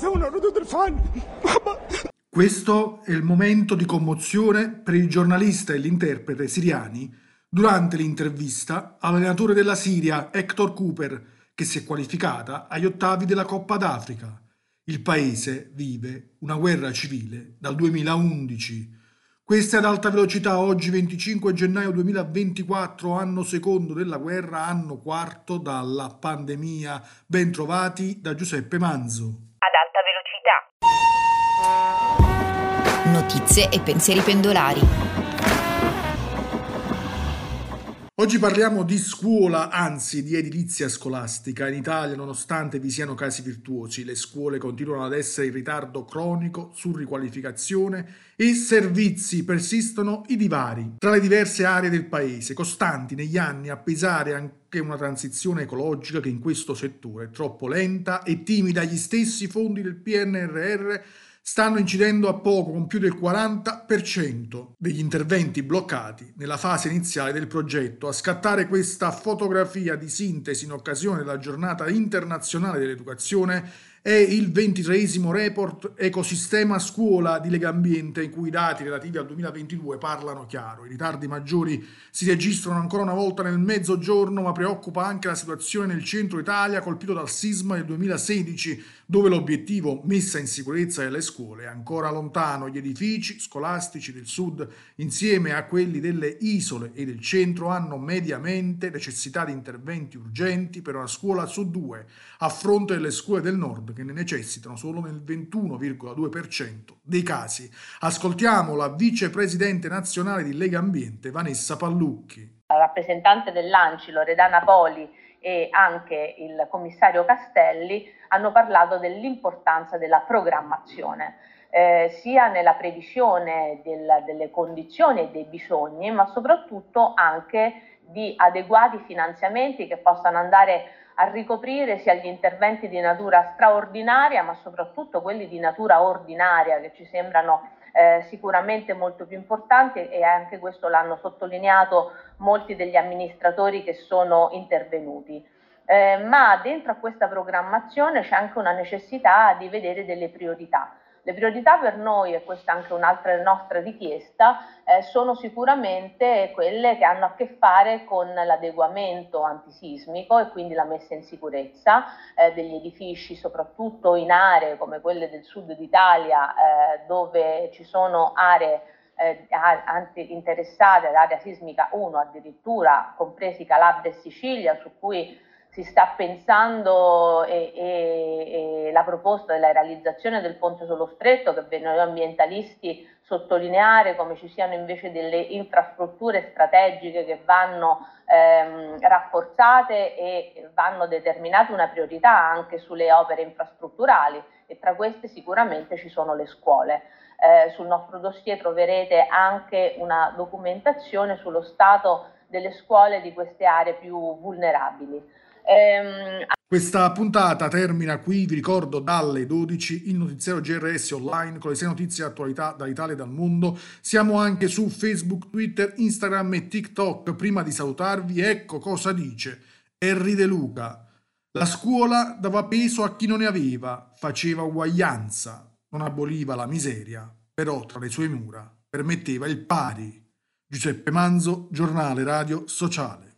Questo è il momento di commozione per il giornalista e l'interprete siriani durante l'intervista all'allenatore della Siria, Hector Cooper, che si è qualificata agli ottavi della Coppa d'Africa. Il paese vive una guerra civile dal 2011. Questa è ad alta velocità, oggi 25 gennaio 2024, anno secondo della guerra, anno quarto dalla pandemia. Ben trovati da Giuseppe Manzo. Ad alta velocità. Notizie e pensieri pendolari. Oggi parliamo di scuola, anzi di edilizia scolastica. In Italia, nonostante vi siano casi virtuosi, le scuole continuano ad essere in ritardo cronico su riqualificazione e servizi. Persistono i divari tra le diverse aree del paese, costanti negli anni, a pesare anche una transizione ecologica che in questo settore è troppo lenta e timida. Gli stessi fondi del PNRR stanno incidendo a poco, con più del 40% degli interventi bloccati nella fase iniziale del progetto. A scattare questa fotografia di sintesi in occasione della giornata internazionale dell'educazione è il 23esimo report Ecosistema Scuola di Legambiente, in cui i dati relativi al 2022 parlano chiaro. I ritardi maggiori si registrano ancora una volta nel mezzogiorno, ma preoccupa anche la situazione nel centro Italia, colpito dal sisma del 2016, dove l'obiettivo messa in sicurezza delle scuole è ancora lontano. Gli edifici scolastici del sud, insieme a quelli delle isole e del centro, hanno mediamente necessità di interventi urgenti per una scuola su due, a fronte delle scuole del nord che ne necessitano solo nel 21,2% dei casi. Ascoltiamo la vicepresidente nazionale di Legambiente, Vanessa Pallucchi. La rappresentante dell'ANCI, Loredana Poli, e anche il commissario Castelli hanno parlato dell'importanza della programmazione, sia nella previsione delle condizioni e dei bisogni, ma soprattutto anche di adeguati finanziamenti che possano andare a ricoprire sia gli interventi di natura straordinaria, ma soprattutto quelli di natura ordinaria, che ci sembrano sicuramente molto più importanti, e anche questo l'hanno sottolineato molti degli amministratori che sono intervenuti. Ma dentro a questa programmazione c'è anche una necessità di vedere delle priorità. Le priorità per noi, e questa è anche un'altra nostra richiesta, sono sicuramente quelle che hanno a che fare con l'adeguamento antisismico e quindi la messa in sicurezza degli edifici, soprattutto in aree come quelle del sud d'Italia, dove ci sono aree interessate ad area sismica 1, addirittura compresi Calabria e Sicilia, su cui si sta pensando e la proposta della realizzazione del ponte sullo stretto, che per noi ambientalisti sottolineare come ci siano invece delle infrastrutture strategiche che vanno rafforzate e vanno determinate una priorità anche sulle opere infrastrutturali, e tra queste sicuramente ci sono le scuole. Sul nostro dossier troverete anche una documentazione sullo stato delle scuole di queste aree più vulnerabili. Questa puntata termina qui, vi ricordo dalle 12 il notiziario GRS online con le 6 notizie e attualità dall'Italia e dal mondo. Siamo anche su Facebook, Twitter, Instagram e TikTok. Prima di salutarvi, ecco cosa dice Henry De Luca: la scuola dava peso a chi non ne aveva, faceva uguaglianza, non aboliva la miseria, però tra le sue mura permetteva il pari. Giuseppe Manzo, giornale radio sociale.